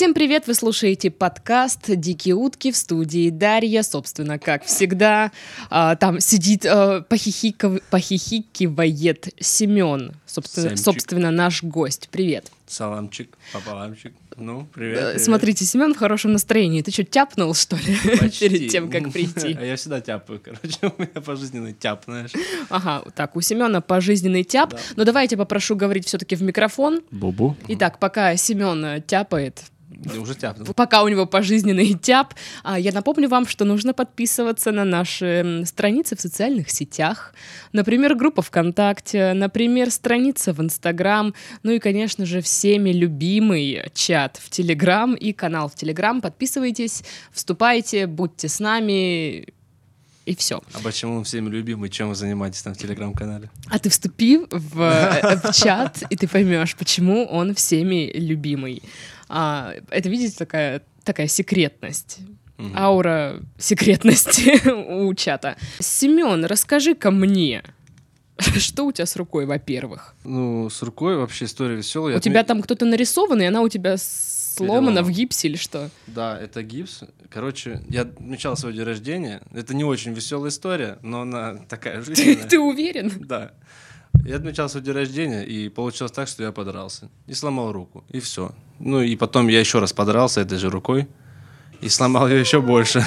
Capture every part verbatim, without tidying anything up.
Всем привет! Вы слушаете подкаст «Дикие утки», в студии Дарья, собственно, как всегда. А, там сидит, а, похихиков... похихикивает Семен, собственно, собственно, наш гость. Привет! Саламчик, пополамчик. Ну, привет, привет. Смотрите, Семен в хорошем настроении. Ты что, тяпнул, что ли, перед тем, как прийти? А я всегда тяпаю, короче, у меня пожизненный тяп, знаешь. Ага, так, у Семена пожизненный тяп. Да. Но давайте попрошу говорить все-таки в микрофон. Бубу. Итак, пока Семен тяпает, я уже тяпнул. Пока у него пожизненный тяп, я напомню вам, что нужно подписываться на наши страницы в социальных сетях, например, группа ВКонтакте, например, страница в Инстаграм, ну и, конечно же, всеми любимый чат в Телеграм и канал в Телеграм. Подписывайтесь, вступайте, будьте с нами. И все. А почему всеми любимый? Чем вы занимаетесь там в Телеграм-канале? А ты вступи в, в чат, и ты поймешь, почему он всеми любимый. А, это, видите, такая, такая секретность. Угу. Аура секретности у чата. Семен, расскажи-ка мне, что у тебя с рукой, во-первых? Ну, с рукой вообще история веселая. У Отме... тебя там кто-то нарисован, и она у тебя сломана в гипсе или что? Да, это гипс. Короче, я отмечал свой день рождения. Это не очень веселая история, но она такая жизненная. Ты, ты уверен? Да. Я отмечал свой день рождения, и получилось так, что я подрался. И сломал руку, и все. Ну, и потом я еще раз подрался этой же рукой, и сломал ее еще больше.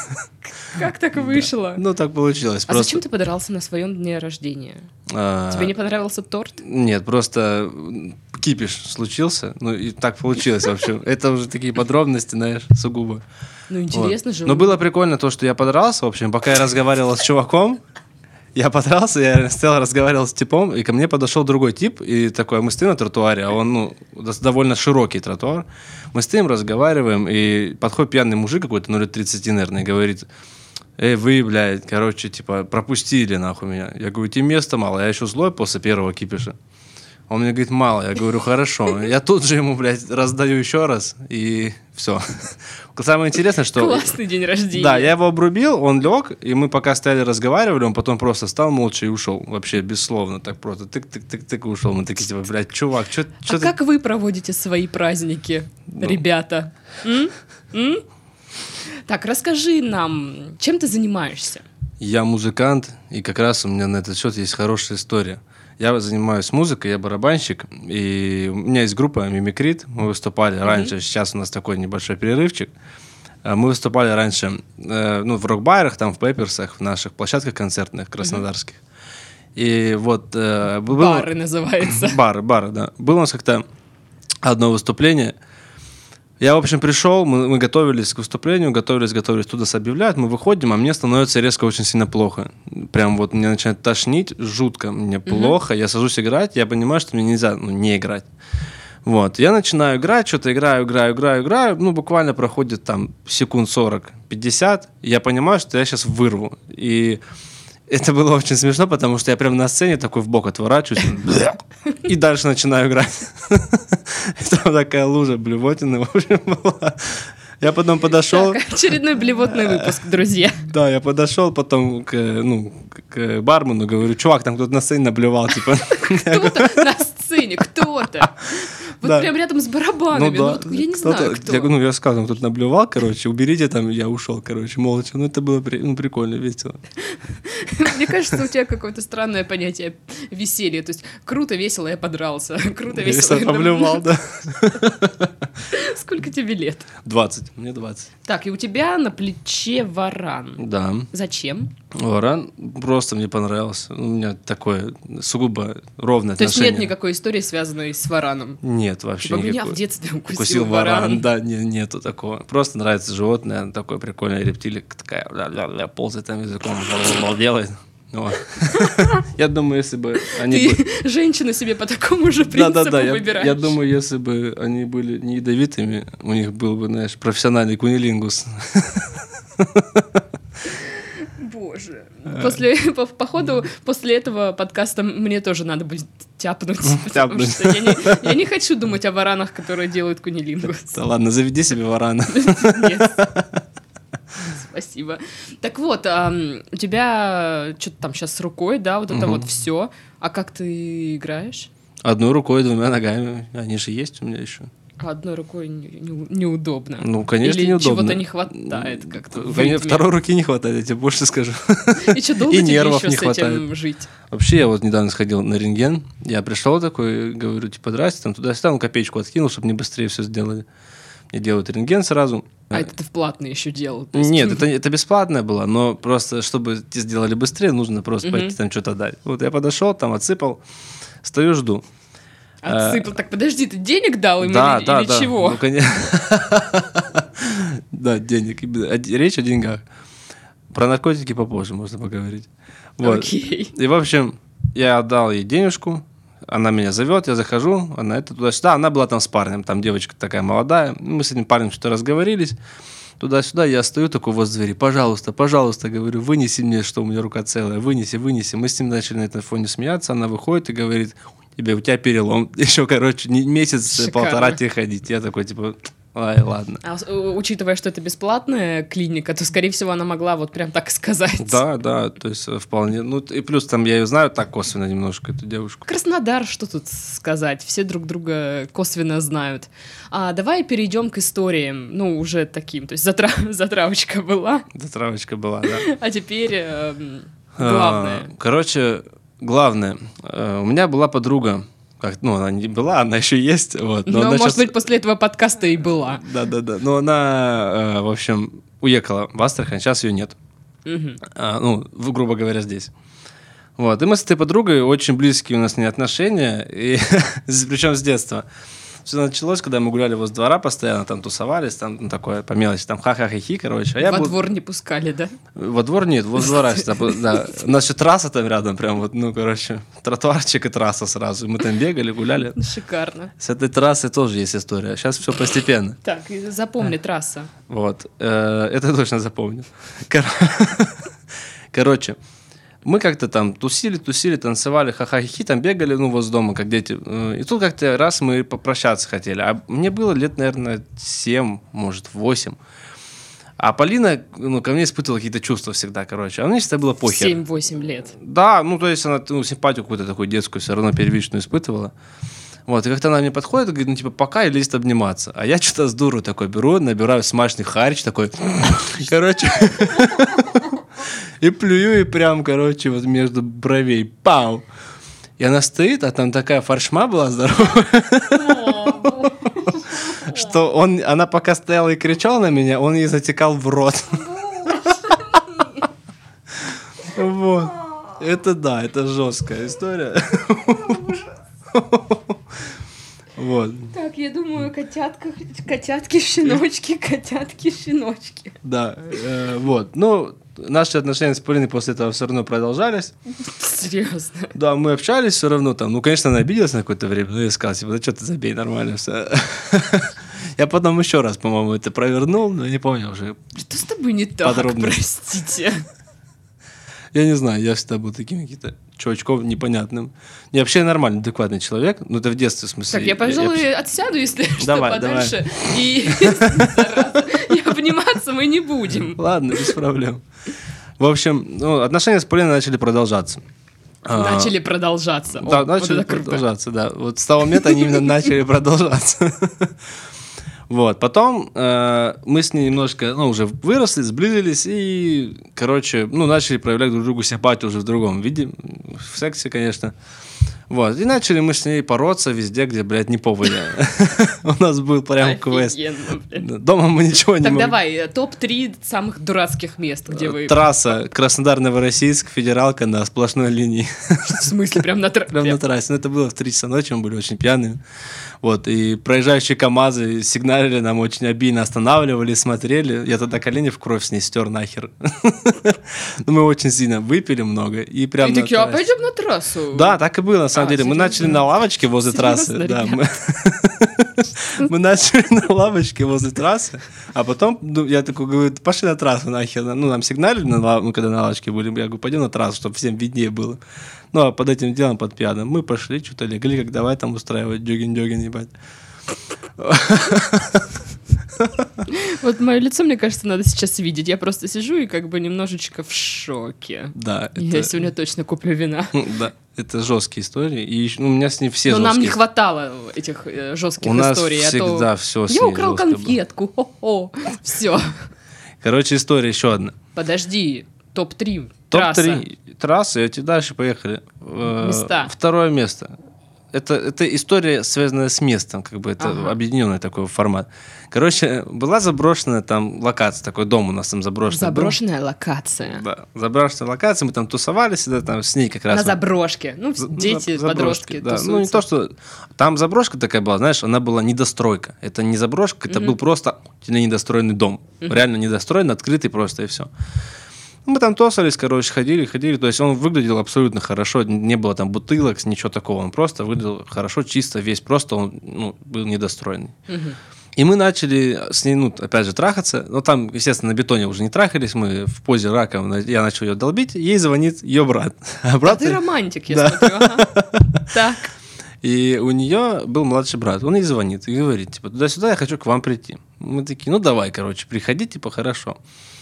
Как так вышло? Да. Ну, так получилось. А просто... зачем ты подрался на своем дне рождения? А... Тебе не понравился торт? Нет, просто кипиш случился. Ну, и так получилось, в общем. Это уже такие подробности, знаешь, сугубо. Ну, интересно же. Но было прикольно то, что я подрался, в общем, пока я разговаривал с чуваком. Я подрался, я стоял, разговаривал с типом, и ко мне подошел другой тип, и такой, мы стоим на тротуаре, а он, ну, довольно широкий тротуар. Мы стоим, разговариваем, и подходит пьяный мужик какой-то, ну, лет тридцати, наверное, и говорит: эй, вы, блядь, короче, типа, пропустили, нахуй, меня. Я говорю, тебе места мало, я еще злой после первого кипиша. Он мне говорит, мало, я говорю, хорошо. Я тут же ему, блядь, раздаю еще раз, и все. Самое интересное, что... Классный день рождения. Да, я его обрубил, он лег, и мы пока стояли, разговаривали, он потом просто встал молча и ушел. Вообще бессловно, так просто тык-тык-тык-тык ушел. Мы такие, типа, блядь, чувак, что А ты... как вы проводите свои праздники, ну. ребята? М? М? Так, расскажи нам, чем ты занимаешься? Я музыкант, и как раз у меня на этот счет есть хорошая история. Я занимаюсь музыкой, я барабанщик, и у меня есть группа «Мимикрит». Мы выступали mm-hmm. раньше, сейчас у нас такой небольшой перерывчик. Мы выступали раньше ну, в рок-барах, там, в пепперсах, в наших площадках концертных краснодарских. Mm-hmm. И вот... Был... Бары называется. Бары, бары, да. Было у нас как-то одно выступление. Я, в общем, пришел, мы, мы готовились к выступлению, готовились, готовились, туда объявляют, мы выходим, а мне становится резко очень сильно плохо. Прям вот мне начинает тошнить, жутко, мне mm-hmm. плохо, я сажусь играть, я понимаю, что мне нельзя ну, не играть. Вот, я начинаю играть, что-то играю, играю, играю, играю, ну, буквально проходит там секунд сорок-пятьдесят, я понимаю, что я сейчас вырву, и... Это было очень смешно, потому что я прям на сцене такой вбок отворачиваюсь и дальше начинаю играть. Там такая лужа блевотины, в общем, была. Я потом подошел... Так, очередной блевотный выпуск, друзья. Да, я подошел потом к, ну, к бармену, говорю, чувак, там кто-то на сцене наблевал, типа. Кто-то на сцене, кто-то. Вот да. Прям рядом с барабанами, ну, да. ну, я не знаю, кто. Я, ну, я сказал, кто-то наблевал, короче, уберите там, я ушел, короче, молча. Ну, это было ну, прикольно, весело. Мне кажется, у тебя какое-то странное понятие веселья. То есть круто, весело, я подрался. Круто, весело, я поблевал, да. Сколько тебе лет? двадцать, мне двадцать. Так, и у тебя на плече варан. Да. Зачем? Варан просто мне понравился. У меня такое сугубо ровное То отношение. То есть нет никакой истории, связанной с вараном? Нет, вообще типа никакой. Меня в детстве укусил, укусил варан. варан. Да, не, нету такого. Просто нравится животное, она такое прикольное, рептилия такая, ля-ля-ля, ползает там языком, делает. Я думаю, если бы они... Ты женщину себе по такому же принципу выбираешь. Я думаю, если бы они были не ядовитыми, у них был бы, знаешь, профессиональный кунилингус. Боже. После, по, походу, после этого подкаста мне тоже надо будет тяпнуть. Потому что я не, я не хочу думать о варанах, которые делают кунилингус. Да ладно, заведи себе варана. Нет. Спасибо. Так вот, а, у тебя что-то там сейчас с рукой, да, вот это угу. вот все. А как ты играешь? Одной рукой, двумя ногами. Они же есть у меня еще. А одной рукой не, не, неудобно. Ну, конечно, Или неудобно. чего-то не хватает как-то. Конечно, второй руки не хватает, я тебе больше скажу. И что, долго И тебе нервов еще не с хватает. этим жить? Вообще, я вот недавно сходил на рентген, я пришел такой, говорю, типа, здрасте, там туда-сюда, ну, копеечку откинул, чтобы мне быстрее все сделали. Мне делают рентген сразу. А это ты в платный еще делал? То есть... Нет, это, это бесплатное было, но просто, чтобы тебе сделали быстрее, нужно просто Мгм. пойти там что-то дать. Вот я подошел, там отсыпал, стою, жду. Отсыпал. Так подожди, ты денег дал им Да, или, да, или да. чего? Ну, конечно. Да, денег. Речь о деньгах. Про наркотики попозже можно поговорить. Вот. Окей. И, в общем, я отдал ей денежку, она меня зовет, я захожу, она это туда-сюда. Она была там с парнем, там девочка такая молодая. Мы с этим парнем что-то разговорились. Туда-сюда я стою такой возле двери. Пожалуйста, пожалуйста, говорю, вынеси мне, что у меня рука целая. Вынеси, вынеси. Мы с ним начали на этом фоне смеяться. Она выходит и говорит, тебе, у тебя перелом. Еще, короче, не- месяц, Шикарно. полтора тебе ходить. Я такой, типа, ай, ладно. А с- у- учитывая, что это бесплатная клиника, то, скорее всего, она могла вот прям так сказать. Да, да, то есть э, вполне. Ну, и плюс там я ее знаю так косвенно немножко, эту девушку. Краснодар, что тут сказать? Все друг друга косвенно знают. А давай перейдем к историям, ну, уже таким. То есть затра- затравочка была, Затравочка была, да. а теперь эм, главное. А, Короче, главное, э, у меня была подруга, как, ну, она не была, она еще есть, вот. Но, она может щас- быть, после этого подкаста и была. Да-да-да, но она, э, в общем, уехала в Астрахань, сейчас ее нет. Мгм. А, ну, в- грубо говоря, здесь. Вот, и мы с этой подругой очень близкие у нас с ней отношения, и причем с детства. Все началось, когда мы гуляли возле двора постоянно, там тусовались, там ну, такое по мелочи, там ха-ха-хи-хи, короче. А я Во был... двор не пускали, да? Во двор нет, возле двора всегда был, да. У нас еще трасса там рядом, прям вот, ну, короче, тротуарчик и трасса сразу. Мы там бегали, гуляли. Шикарно. С этой трассы тоже есть история. Сейчас все постепенно. Так, и запомни трасса. Вот. Э, Это точно запомню. Кор- Короче, мы как-то там тусили, тусили, танцевали, ха-ха-хи, там бегали, ну, возле дома, как дети. Э, И тут как-то раз мы попрощаться хотели. А мне было лет, наверное, семь, может, восемь. А Полина, ну, ко мне испытывала какие-то чувства всегда, короче. А мне всегда было похер. семь-восемь лет. Да, ну, то есть она ну, симпатию какую-то такую детскую все равно первичную испытывала. Вот, и как-то она мне подходит и говорит, ну, типа, пока, и лезет обниматься. А я что-то с дуру такой беру, набираю смачный харч такой, короче, и плюю, и прям, короче, вот между бровей, пау. И она стоит, а там такая форшма была здоровая, что он, она пока стояла и кричала на меня, он ей затекал в рот. Вот. Это да, это жесткая история. Вот. Так, я думаю, котятка, котятки, щеночки, котятки, щеночки. Да, э, вот. Ну, наши отношения с Полиной после этого все равно продолжались. Серьезно. Да, мы общались все равно там. Ну, конечно, она обиделась на какое-то время, но я сказал, типа, да что ты забей, нормально все. Я потом еще раз, по-моему, это провернул, но не помню уже. Что с тобой не так, Подробности. простите? Я не знаю, я всегда был таким каким-то чувачком непонятным. Не, вообще я нормальный, адекватный человек. Ну, это в детстве, в смысле. Так, я, пожалуй, отсяду, если что, Давай, подальше. И и обниматься мы не будем. Ладно, без проблем. В общем, ну, отношения с Полиной начали продолжаться. А, Начали продолжаться. О, Да, вот начали это круто. продолжаться, да. Вот с того момента они именно начали продолжаться. Вот, потом э, мы с ней немножко, ну, уже выросли, сблизились и, короче, ну, начали проявлять друг другу симпатию уже в другом виде, в сексе, конечно. Вот, и начали мы с ней бороться везде, где, блядь, не поводи. У нас был прям квест. Офигенно, блин. Дома мы ничего не Так могли. давай, топ три самых дурацких мест, где вы... Трасса Краснодар-Новороссийск, федералка на сплошной линии. В смысле, прям на Прям на трассе? трассе. Ну, это было в три часа ночи, мы были очень пьяные. Вот, и проезжающие КамАЗы сигналили нам очень обидно, останавливали, смотрели. Я тогда колени в кровь с ней стер нахер. Ну, мы очень сильно выпили много. И прям И на такие, а трассе. пойдем на трассу? Да, так и было, на самом А, деле. Мы серьезно? начали на лавочке возле трассы. Серьезно, Да, ребят? мы... мы начали на лавочке возле трассы, а потом ну, я такой говорю, пошли на трассу нахер. Ну, нам сигналили, на лав... ну, когда на лавочке были. Я говорю, пойдем на трассу, чтобы всем виднее было. Ну, а под этим делом, под пьяным, мы пошли, что-то легли, как давай там устраивать дёгин-дёгин, ебать. Вот мое лицо, мне кажется, надо сейчас видеть. Я просто сижу и как бы немножечко в шоке. Да. Я сегодня точно куплю вина. Да, это жесткие истории. И ну, у меня с ней все Но жесткие. нам не хватало этих э, жестких у нас историй. всегда а то... все с Я ней украл жестко было. конфетку. Хо-хо. Все. Короче, история еще одна. Подожди. топ три. Трасса. топ три трассы, и дальше поехали. Места. Второе место. Это, это история, связанная с местом, как бы это Ага. объединенный такой формат. Короче, была заброшенная там локация, такой дом у нас там заброшенный. Заброшенная был. Локация. Да, заброшенная локация, мы там тусовались всегда, там с ней как раз. На заброшке. Ну, За- дети, за- подростки да. тусуются. Ну, не то, что... Там заброшка такая была, знаешь, она была недостройка. Это не заброшка, это был просто недостроенный дом. Реально недостроенный, открытый просто, и все. Мы там тосались, короче, ходили, ходили. То есть он выглядел абсолютно хорошо. Не было там бутылок, ничего такого. Он просто выглядел хорошо, чисто весь. Просто он ну, был недостроенный. Мгм. И мы начали с ней, ну, опять же, трахаться. Но там, естественно, на бетоне уже не трахались. Мы в позе рака, я начал ее долбить. Ей звонит ее брат. А А брат... ты романтик, я Да. смотрю. Ага. Так. И у нее был младший брат. Он ей звонит и говорит, типа, туда-сюда я хочу к вам прийти. Мы такие, ну, давай, короче, приходи, типа, хорошо.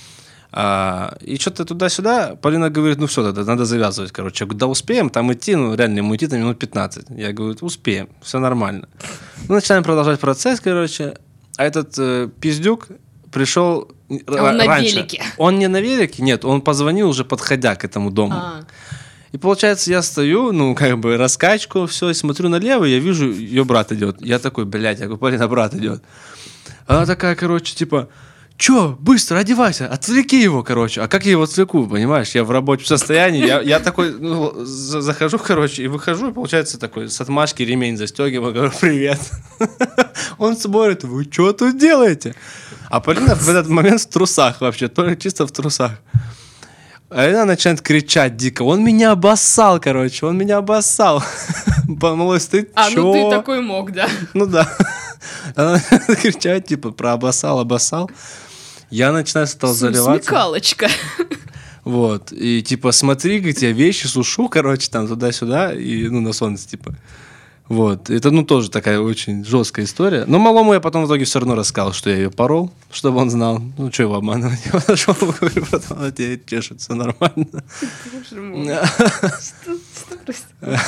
А, и что-то туда-сюда, Полина говорит, ну все, тогда надо завязывать, короче. Я говорю, да успеем там идти, ну реально ему идти там минут пятнадцать. Я говорю, успеем, все нормально. Мы начинаем продолжать процесс, короче. А этот э, пиздюк пришел р- Он на раньше. велике. Он не на велике, нет, он позвонил уже подходя к этому дому. А. И получается, я стою, ну, как бы раскачку, все, и смотрю налево, я вижу, ее брат идет. Я такой, блядь, я говорю, Полина, брат идет. Она такая, короче, типа, чё, быстро одевайся, отвлеки его, короче. А как я его отвлеку, понимаешь? Я в рабочем состоянии, я, я такой, ну, за- захожу, короче, и выхожу, и получается такой, с отмашки ремень застегиваю, говорю, привет. Он смотрит, вы что тут делаете? А Полина в этот момент в трусах вообще, только чисто в трусах. А она начинает кричать дико. Он меня обоссал, короче, он меня обоссал. Малой, ты А, чё? ну ты такой мог, да? Ну да. Она кричать, типа, про обоссал, обоссал. Я начинаю стал заливаться. Смекалочка. Вот. И типа, смотри, говорит, я вещи сушу, короче, там туда-сюда, и ну на солнце, типа. Вот. Это, ну, тоже такая очень жесткая история. Но малому я потом в итоге все равно рассказал, что я ее порол, чтобы он знал. Ну, что его обманывать? Я подошел, говорю, потом она тебе чешет, все нормально. Боже мой. Что, что происходит?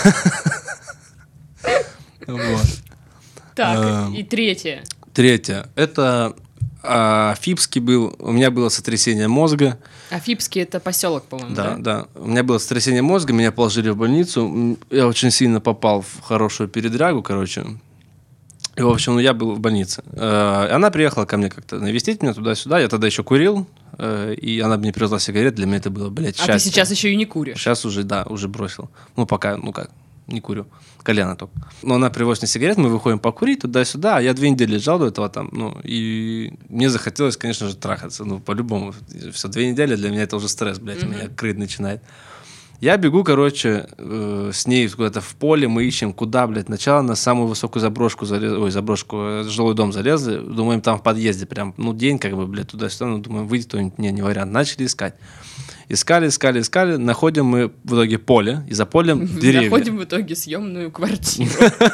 Вот. Так, Эм. и третье. Третье. Это а, Фипский был. У меня было сотрясение мозга. Афипский — это поселок, по-моему, Да, да? да. У меня было сотрясение мозга, меня положили в больницу. М, Я очень сильно попал в хорошую передрягу, короче. И, в общем, ну, я был в больнице. Э, и она приехала ко мне как-то навестить меня туда-сюда. Я тогда еще курил. э, И она мне привезла сигарет. Для меня это было, блядь, А счастье. ты сейчас еще и не куришь. Сейчас уже, да, уже бросил. Ну, пока, ну как, не курю. Колено только. Но она привозит мне сигарет, мы выходим покурить туда-сюда, а я две недели лежал до этого там, ну, и мне захотелось, конечно же, трахаться, ну, по-любому. Все, две недели для меня это уже стресс, блядь, у меня крыть начинает. Я бегу, короче, э, с ней куда-то в поле, мы ищем, куда, блядь, сначала на самую высокую заброшку, залез, ой, заброшку, э, жилой дом залезли, думаем, там в подъезде прям, ну, день, как бы, блядь, туда-сюда, ну, думаем, выйдет кто-нибудь, не, не вариант. Начали искать. Искали, искали, искали, находим мы в итоге поле, и за полем деревья. Находим в итоге съемную квартиру.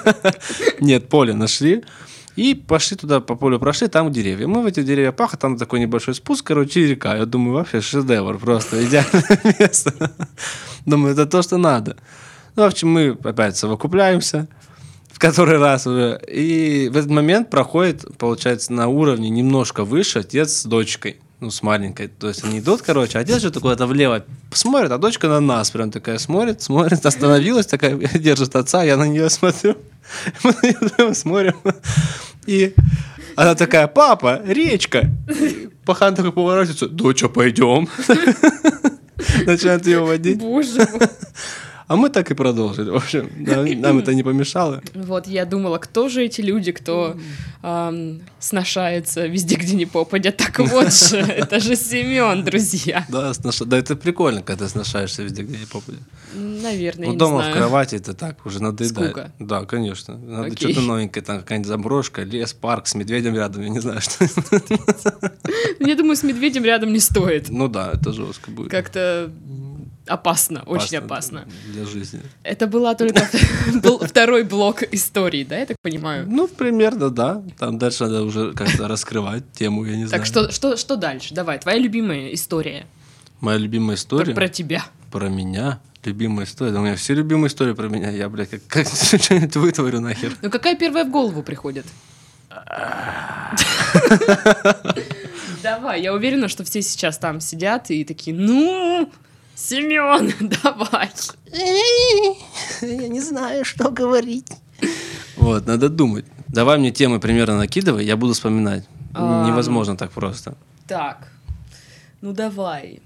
Нет, поле нашли. И пошли туда, по полю прошли, там деревья. Мы в эти деревья пах, а там такой небольшой спуск, короче, и река. Я думаю, вообще шедевр, просто идеальное место. Думаю, это то, что надо. Ну, в общем, мы опять совокупляемся в который раз уже. И в этот момент проходит, получается, на уровне немножко выше отец с дочкой. Ну, с маленькой. То есть они идут, короче, отец же куда-то влево смотрит, а дочка на нас прям такая смотрит, смотрит, остановилась, такая держит отца, я на нее смотрю. Мы на нее смотрим. И она такая, папа, речка. И пахан такой поворачивается, доча, пойдем. Начинает ее водить. Боже мой. А мы так и продолжили. В общем, нам, нам это не помешало. Вот я думала, кто же эти люди, кто эм, сношается везде, где не попадя. Так вот же, это же Семен, друзья. Да, снош... да, это прикольно, когда ты сношаешься везде, где не попадя. Наверное, Ну, я дома не в знаю. кровати это так, уже надоедает. Скука. Да, конечно. Надо Окей. что-то новенькое, там какая-нибудь заброшка, лес, парк с медведем рядом, я не знаю, что. Я думаю, с медведем рядом не стоит. Ну да, это жестко будет. Как-то Опасно, очень опасно. Для жизни. Это была только был второй блок истории, да, я так понимаю? Ну, примерно, да. Там дальше надо уже как-то раскрывать тему, я не знаю. Так что, что, что дальше? Давай, твоя любимая история. Моя любимая история? Про тебя. Про меня? Любимая история? Да у меня все любимые истории про меня. Я, блядь, как, как что-нибудь вытворю нахер. Ну, какая первая в голову приходит? Давай, я уверена, что все сейчас там сидят и такие, ну, Семен, давай. Я не знаю, что говорить. Вот, надо думать. Давай мне темы примерно накидывай, я буду вспоминать. Невозможно так просто. Так, ну давай.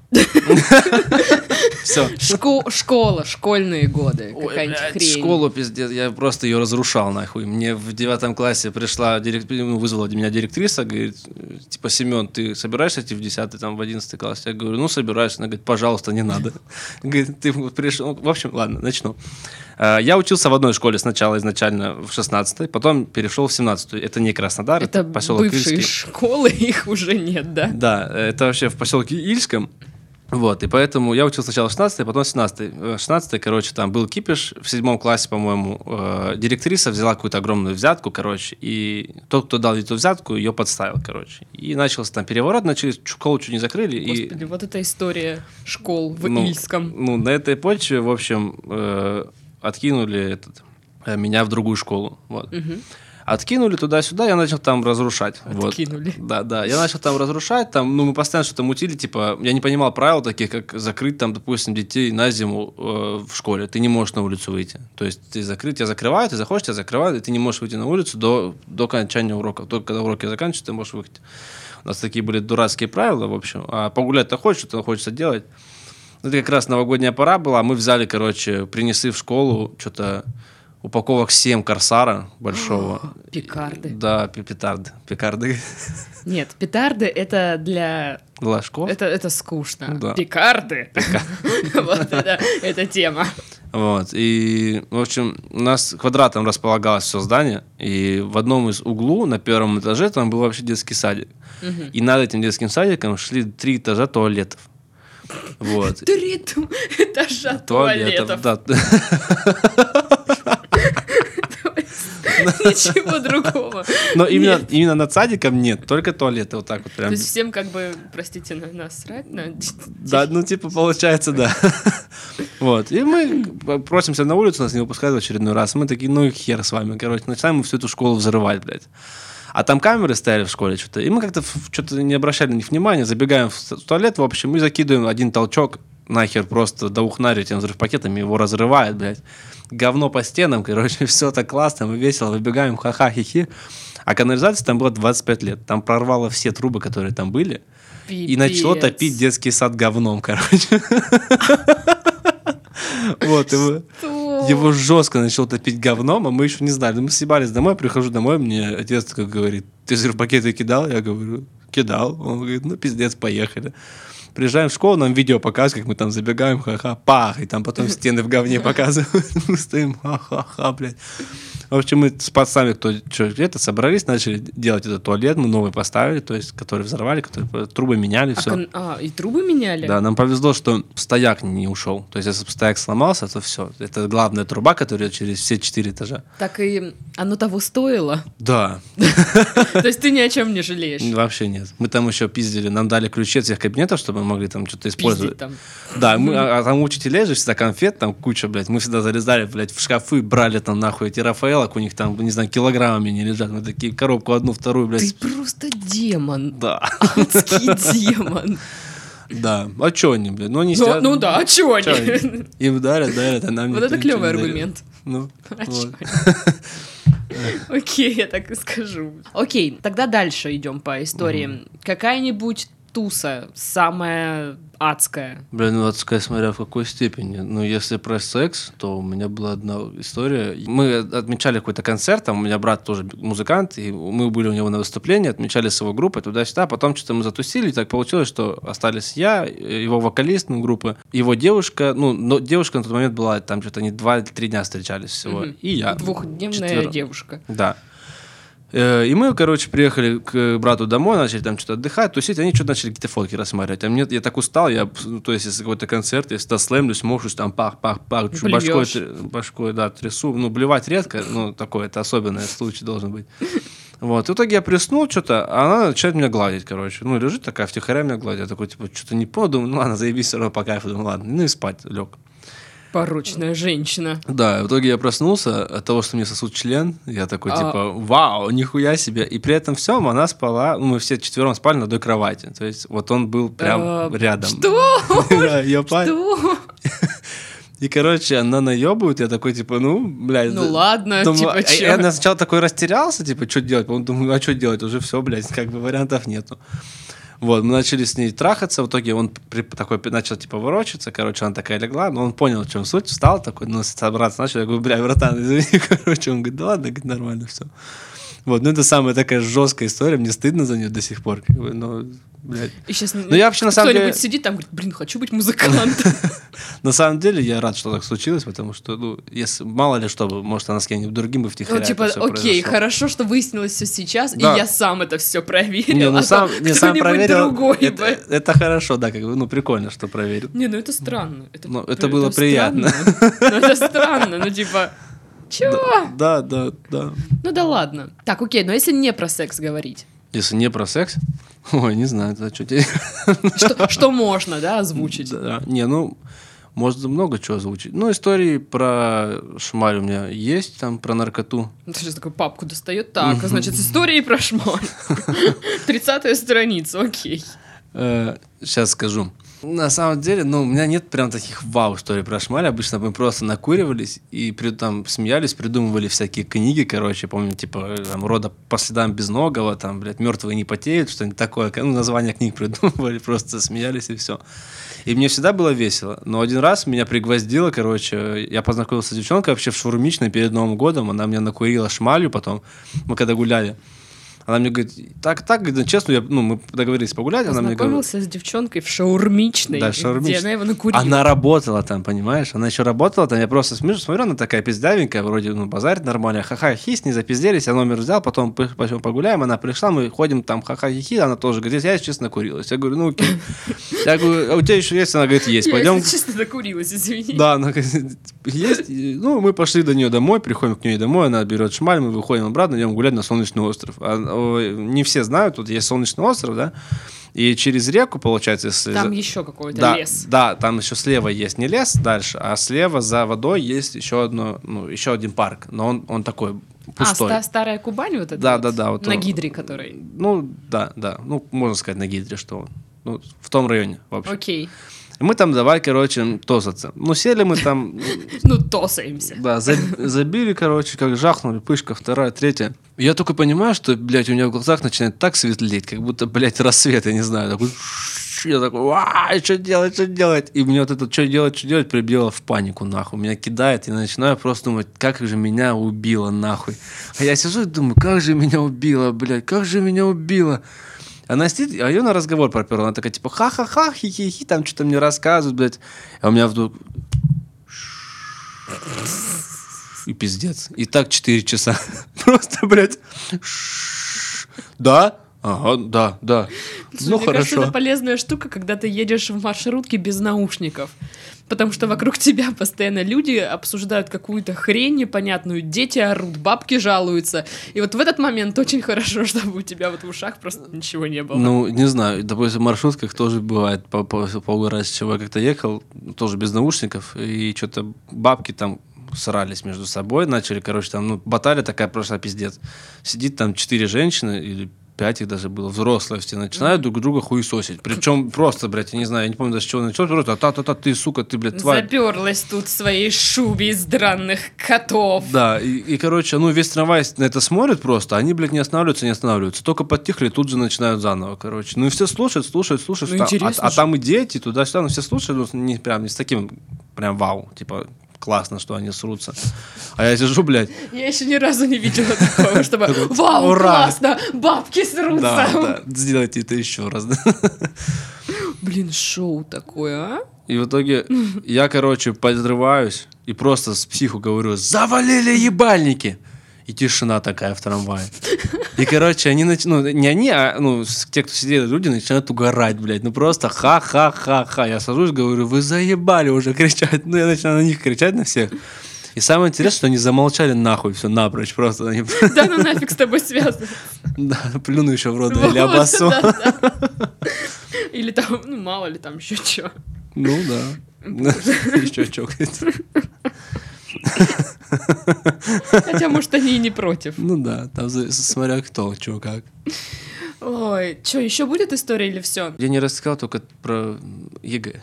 Все. Шко- школа, школьные годы. Ой, какая-нибудь блядь, хрень. школу, пиздец, я просто ее разрушал, нахуй. Мне в девятом классе пришла, директ... вызвала меня директриса, говорит, типа, Семен, ты собираешься идти в десятый, там, в одиннадцатый класс? Я говорю, ну, собираюсь. Она говорит, пожалуйста, не надо. Говорит, ты пришел... В общем, ладно, начну. Я учился в одной школе сначала, изначально в шестнадцатой, потом перешел в семнадцатую. Это не Краснодар, это, это поселок бывшие Ильский. Школы, их уже нет, да? Да, это вообще в поселке Ильском. Вот, и поэтому я учился сначала в шестнадцатой, потом в семнадцатой. В шестнадцатой, короче, там был кипиш. В седьмом классе, по-моему, э, директриса взяла какую-то огромную взятку, короче, и тот, кто дал эту взятку, ее подставил, короче. И начался там переворот, начали, школу чуть не закрыли. Господи, и... вот эта история школ в ну, Ильском. Ну, на этой почве, в общем, э, откинули этот, э, меня в другую школу, вот. Угу. Откинули туда-сюда, я начал там разрушать. Откинули. Вот. Да, да. Я начал там разрушать, там, ну, мы постоянно что-то мутили, типа, я не понимал правил таких, как закрыть там, допустим, детей на зиму э, в школе. Ты не можешь на улицу выйти. То есть ты закрыть, тебя закрывают, ты заходишь, тебя закрывают, и ты не можешь выйти на улицу до, до окончания уроков. Только когда уроки заканчиваются, ты можешь выйти. У нас такие были дурацкие правила, в общем. А погулять-то хочешь, что-то хочется делать. Это как раз новогодняя пора была, мы взяли, короче, принесли в школу что-то... Упаковок семь Корсара большого. Пикарды. Да, петарды. Пикарды. Нет, петарды это для... Ложков? Это, это скучно. Да. Пикарды. Вот это тема. Вот. И, в общем, у нас квадратом располагалось все здание, и в одном из углу на первом этаже там был вообще детский садик. И над этим детским садиком шли три этажа туалетов. Вот. Три этажа туалетов. Да. Ничего другого. Но именно, именно над садиком нет, только туалеты вот так вот прям. То есть всем как бы, простите, на насрать на... Да, ну типа получается, да. Вот. И мы просимся на улицу, нас не выпускают в очередной раз. Мы такие, ну и хер с вами, короче. Начинаем мы всю эту школу взрывать, блядь. А там камеры стояли в школе что-то. И мы как-то что-то не обращали на них внимания. Забегаем в туалет, в общем, и закидываем один толчок нахер просто до ухнари этим взрывпакетами, его разрывает, блядь. Говно по стенам, короче, все так классно, мы весело выбегаем, ха-ха, хи-хи. А канализация там была двадцать пять лет. Там прорвало все трубы, которые там были. Пипец. И начало топить детский сад говном, короче. Вот, его, его жестко начал топить говном, а мы еще не знали. Мы съебались домой, прихожу домой, мне отец как говорит, ты взрывпакеты кидал? Я говорю, кидал. Он говорит, ну пиздец, поехали. Приезжаем в школу, нам видео показывают, как мы там забегаем, ха-ха, пах, и там потом стены в говне показывают. Мы стоим, ха-ха-ха, блядь. В общем, мы с пацанами, кто что, это, собрались, начали делать этот туалет, мы новый поставили, то есть, который взорвали, которые трубы меняли, а все. Кон... А, и трубы меняли? Да, нам повезло, что стояк не ушел. То есть, если бы стояк сломался, то все. Это главная труба, которая через все четыре этажа. Так и оно того стоило? Да. То есть ты ни о чем не жалеешь? Вообще нет. Мы там еще пиздили, нам дали ключи от всех кабинетов, чтобы мы могли там что-то использовать. Пиздить там. Да, мы, а, а там у учителей же всегда конфет, там куча, блядь. Мы всегда залезали, блядь, в шкафы, брали там нахуй эти Рафаэлок, у них там, не знаю, килограммами не лежат. Мы такие, коробку одну, вторую, блядь. Ты просто демон. Да. Адский демон. Да. А чё они, блядь? Ну, они ну, сидят... ну да, а чё они? Чё они? Им дарят, дарят, а нам вот это клевый аргумент. Ну, а вот. Окей, я так и скажу. Окей, тогда дальше идем по истории. Mm. Какая-нибудь туса самая адская? Блин, ну адская, смотря в какой степени. Ну, если про секс, то у меня была одна история. Мы отмечали какой-то концерт, там у меня брат тоже музыкант, и мы были у него на выступлении, отмечали с его группой туда-сюда, потом что-то мы затусили, и так получилось, что остались я, его вокалист ну, группы, его девушка, ну, но девушка на тот момент была, там что-то не два-три дня встречались всего, mm-hmm. и я. Двухдневная четверо. девушка. Да. И мы, короче, приехали к брату домой, начали там что-то отдыхать, тусить, они что-то начали какие-то фотки рассматривать. А мне, я так устал, я, ну, то есть, если какой-то концерт, я всегда слэмлюсь, мокшусь, там пах-пах-пах, башкой, башкой, да, трясу. Ну, блевать редко, ну, такое, это особенный случай должен быть. Вот, в итоге я приснул что-то, а она начинает меня гладить, короче. Ну, лежит такая, втихаря меня гладит. Я такой, типа, что-то не понял, думаю, ну, ладно, заебись, все равно по кайфу, думаю, ладно. Ну, и спать лег. Порочная женщина. Да, в итоге я проснулся от того, что мне сосут член. Я такой, а... типа, вау, нихуя себе. И при этом всем она спала, ну, мы все четвером спали на одной кровати. То есть вот он был прям а... рядом. Что? Что? И, короче, она наебывает, я такой, типа, ну, блядь. Ну, ладно, думаю, типа, чё? Я сначала такой растерялся, типа, что делать? Потом думаю, а что делать? Уже все, блядь, как бы вариантов нету. Вот, мы начали с ней трахаться, в итоге он при, такой начал, типа, ворочаться, короче, она такая легла, но он понял, в чем суть, встал такой, ну, собраться начал, я говорю, бля, братан, извини, короче, он говорит, да ладно, говорит, нормально все. Вот, ну, это самая такая жесткая история, мне стыдно за нее до сих пор, как бы, но, блядь. И сейчас ну, я вообще, на самом кто-нибудь деле... сидит там, говорит, блин, хочу быть музыкантом. На самом деле, я рад, что так случилось, потому что, ну, если, мало ли что, может, она с кем-нибудь другим бы втихаря. Ну, типа, окей, хорошо, что выяснилось все сейчас, и я сам это все проверил, не, ну, а сам, не, сам проверил, другой это, бы. Это хорошо, да, как бы, ну, прикольно, что проверил. Не, ну, это странно. Это, ну, это было приятно. Ну, это странно, ну, типа... Чего? Да, да, да. Ну да ладно. Так, окей, но если не про секс говорить? Если не про секс? Ой, не знаю, это что тебе... Что, что можно, да, озвучить? Да, не, ну, можно много чего озвучить. Ну, истории про шмаль у меня есть, там, про наркоту. Ты сейчас такую папку достает. Так, значит, истории про шмаль. Тридцатая страница, окей. Сейчас скажу. На самом деле, ну, у меня нет прям таких вау-историй про шмаль. Обычно мы просто накуривались и при, там смеялись, придумывали всякие книги, короче, помню, типа, там, рода по следам безногого, там, блядь, мертвые не потеют, что-нибудь такое. Ну, название книг придумывали, просто смеялись и все. И мне всегда было весело. Но один раз меня пригвоздило, короче, я познакомился с девчонкой вообще в шаурмичной перед Новым годом, она меня накурила шмалью потом, мы когда гуляли. Она мне говорит, так, так, говорит, честно, я, ну, мы договорились погулять, она мне говорит... Познакомился с девчонкой в шаурмичной, да, шаурмичной, где она его накурила. Она работала там, понимаешь? Она еще работала там, я просто смотрю, смотрю, она такая пиздявенькая, вроде, ну, базарит нормально, ха-ха-хи, с ней запизделись, я номер взял, потом пойдем погуляем, она пришла, мы ходим там ха-ха-хи, она тоже говорит, я, честно, накурилась. Я говорю, ну, окей. Я говорю, а у тебя еще есть? Она говорит, есть, пойдем. Я, честно, накурилась, извини. Да, она говорит, есть. Ну, мы пошли до нее домой, приходим к ней домой, она берет шмаль, мы выходим обратно, идем гулять на Солнечный остров. Не все знают, тут есть Солнечный остров, да, и через реку, получается, если... Там еще какой-то да, лес. Да, там еще слева есть не лес дальше, а слева за водой есть еще, одно, ну, еще один парк, но он, он такой пустой. А, старая Кубань вот эта? Да, вот? да, да. Вот на он, Гидре, который? Ну, да, да, ну, можно сказать на Гидре, что он, ну, в том районе, в общем. Окей. И мы там давай, короче, тосаться. Ну, сели мы там... Ну, тосаемся. Да, забили, короче, как жахнули, пышка, вторая, третья. Я только понимаю, что, блядь, у меня в глазах начинает так светлеть, как будто, блядь, рассвет, я не знаю, такой... Я такой, ай, что делать, что делать? И мне вот это что делать, что делать прибило в панику, нахуй. Меня кидает, и начинаю просто думать, как же меня убило, нахуй. А я сижу и думаю, как же меня убило, блядь, как же меня убило. Она сидит, а ее на разговор проперла. Она такая, типа, ха-ха-ха, хи-хи-хи, там что-то мне рассказывают, блядь. А у меня вдруг... И пиздец. И так четыре часа. Просто, блядь. Да? Ага, да, да. Слушай, ну, мне хорошо. кажется, это полезная штука, когда ты едешь в маршрутке без наушников. Потому что вокруг тебя постоянно люди обсуждают какую-то хрень непонятную, дети орут, бабки жалуются. И вот в этот момент очень хорошо, чтобы у тебя вот в ушах просто ничего не было. Ну, не знаю, допустим, в маршрутках тоже бывает по, по, по угорать, чего я как-то ехал, тоже без наушников, и что-то бабки там срались между собой, начали, короче, там, ну, баталия такая прошла, пиздец. Сидит там четыре женщины, или пять их даже было, взрослые все, начинают друг друга хуесосить. Причем просто, блядь, я не знаю, я не помню даже, с чего началось, просто та-та-та, ты, сука, ты, блядь, тварь. Заперлась тут в своей шубе из дранных котов. Да, и, и, короче, ну, весь трамвай на это смотрит просто, они, блядь, не останавливаются, не останавливаются. Только подтихли, тут же начинают заново, короче. Ну, и все слушают, слушают, слушают. Ну, там, а, а там и дети, туда-сюда, ну, все слушают, ну, не, прям не с таким, прям вау, типа... Классно, что они срутся. А я сижу, блядь. Я еще ни разу не видела такого, чтобы вау, ура! Классно, бабки срутся. Да, да, сделайте это еще раз. Блин, шоу такое, а? И в итоге я, короче, подрываюсь и просто с психу говорю, завалили ебальники. и тишина такая в трамвае. И, короче, они начинают, ну, не они, а ну, те, кто сидели, люди начинают угорать, блядь, ну просто ха-ха-ха-ха. Я сажусь, говорю, вы заебали уже кричать. Ну, я начинаю на них кричать, на всех. И самое интересное, что они замолчали нахуй все напрочь, просто. Они... Да ну нафиг с тобой связано. Да, плюну еще в рот или обоссу. Или там, ну, мало ли там еще что. Ну, да. Еще чокается. Хотя, может, они и не против. Ну да, там смотря кто, чё, как. Ой, что, еще будет история или все? Я не рассказал только про ЕГЭ.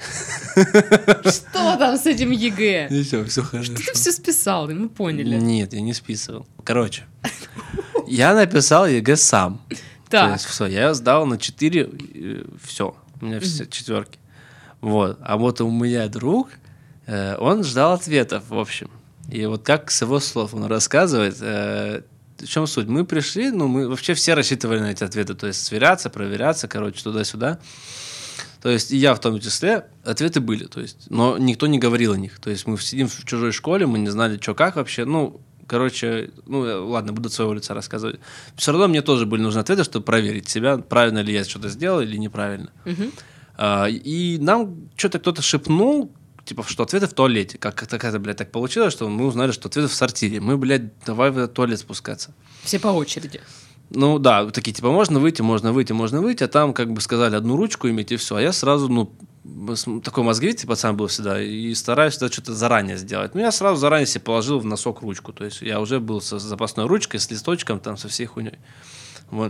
Что там с этим ЕГЭ? И все, все хорошо. Что ты все списал, мы поняли. Нет, я не списывал. Короче, я написал ЕГЭ сам. Так. То есть все, я сдал на четыре, все, у меня все четверки. Вот, а вот у меня друг, он ждал ответов, в общем. И вот как с его слов он рассказывает, э, в чем суть? Мы пришли, ну, мы вообще все рассчитывали на эти ответы, то есть сверяться, проверяться, короче, туда-сюда. То есть и я в том числе, ответы были, то есть, но никто не говорил о них. То есть мы сидим в чужой школе, мы не знали, что как вообще, ну, короче, ну, ладно, буду от своего лица рассказывать. Все равно мне тоже были нужны ответы, чтобы проверить себя, правильно ли я что-то сделал или неправильно. Uh-huh. А, и нам что-то кто-то шепнул, типа, что ответы в туалете. Как такая, блядь, так получилось, что мы узнали, что ответы в сортире. Мы, блядь, давай в туалет спускаться. Все по очереди. Ну, да, такие, типа, можно выйти, можно выйти, можно выйти, а там, как бы, сказали, одну ручку иметь, и все. А я сразу, ну, такой мозговитый пацан был всегда, и стараюсь всегда что-то заранее сделать. Ну, я сразу заранее себе положил в носок ручку. То есть я уже был со запасной ручкой, с листочком, там, со всей хуйней. Вот.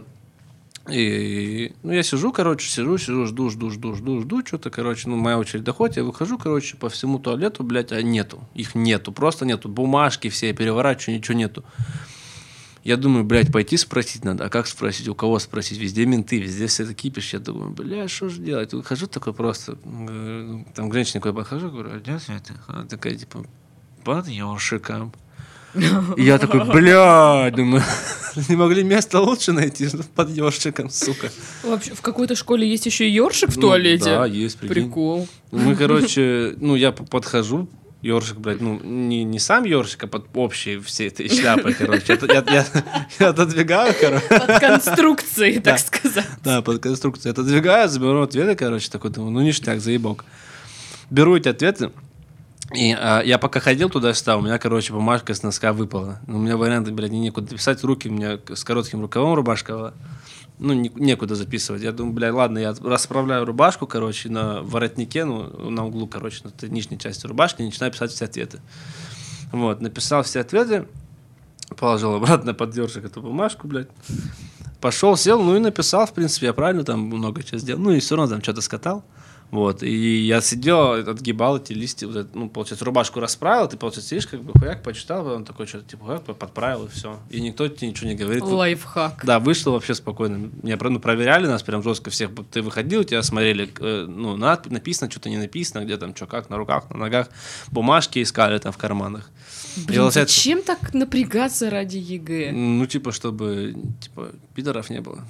И, ну, я сижу, короче, сижу, сижу, жду, жду, жду, жду, жду, что-то, короче, ну, моя очередь доходит, я выхожу, короче, по всему туалету, блядь, а нету, их нету, просто нету, бумажки все, я переворачиваю, ничего нету. Я думаю, блядь, пойти спросить надо, а как спросить, у кого спросить, везде менты, везде все это кипиш, я думаю, блядь, что же делать, выхожу такой просто, там к женщине такой подхожу, говорю, а где ответы? Она такая, типа, под ёршиком. И я такой, блядь, думаю, не могли место лучше найти под ёршиком, сука. Вообще, в какой-то школе есть еще и ёршик в туалете? Ну, да, есть, прикинь. Прикол. Мы, короче, ну, я подхожу, ёршик, блядь, ну, не, не сам ёршик, а под общей всей этой шляпой, короче. Это, я, я, я отодвигаю, короче. Под конструкцией, так сказать. Да, под конструкцией. Отодвигаю, заберу ответы, короче, такой, думаю, ну, ништяк, заебок. Беру эти ответы. И а, я пока ходил туда-сюда, у меня, короче, бумажка с носка выпала. У меня варианты, блядь, некуда писать, руки у меня с коротким рукавом рубашка была. Ну, не, некуда записывать. Я думаю, блядь, ладно, я расправляю рубашку, короче, на воротнике, ну, на углу, короче, на нижней части рубашки, и начинаю писать все ответы. Вот, написал все ответы, положил обратно под ёршик эту бумажку, блядь. Пошел, сел, ну и написал, в принципе, я правильно там много чего сделал. Ну и все равно там что-то скатал. Вот, и я сидел, отгибал эти листья, вот, ну, получается, рубашку расправил, ты, получается, сидишь, как бы, хуяк, почитал, он такой, что-то, типа, хуяк, подправил, и все. И никто тебе ничего не говорит. Лайфхак. Да, вышло вообще спокойно. Меня, ну, проверяли нас прям жестко всех. Ты выходил, тебя смотрели, ну, написано, что-то не написано, где там, что, как, на руках, на ногах. Бумажки искали там в карманах. Блин, зачем так напрягаться ради ЕГЭ? Ну, типа, чтобы, типа, пидоров не было.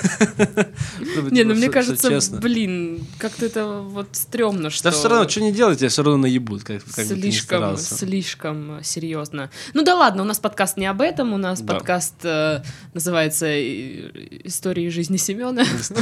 Не, ну, мне кажется, блин, как-то это вот стрёмно, что... Да все равно, что не делать, тебя все равно наебут. Слишком, слишком серьезно. Ну да ладно, у нас подкаст не об этом, у нас подкаст называется «Истории жизни Семёна».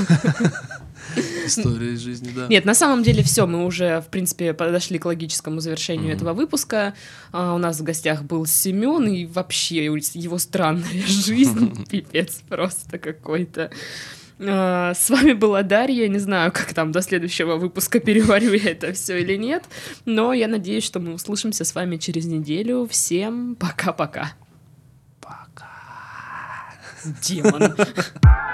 История из жизни, да. Нет, на самом деле все, мы уже, в принципе, подошли к логическому завершению mm-hmm. этого выпуска. А, у нас в гостях был Семён, и вообще его странная жизнь, пипец просто какой-то. А, с вами была Дарья, не знаю, как там до следующего выпуска, переварю я это все или нет, но я надеюсь, что мы услышимся с вами через неделю. Всем пока-пока. Пока. Демон.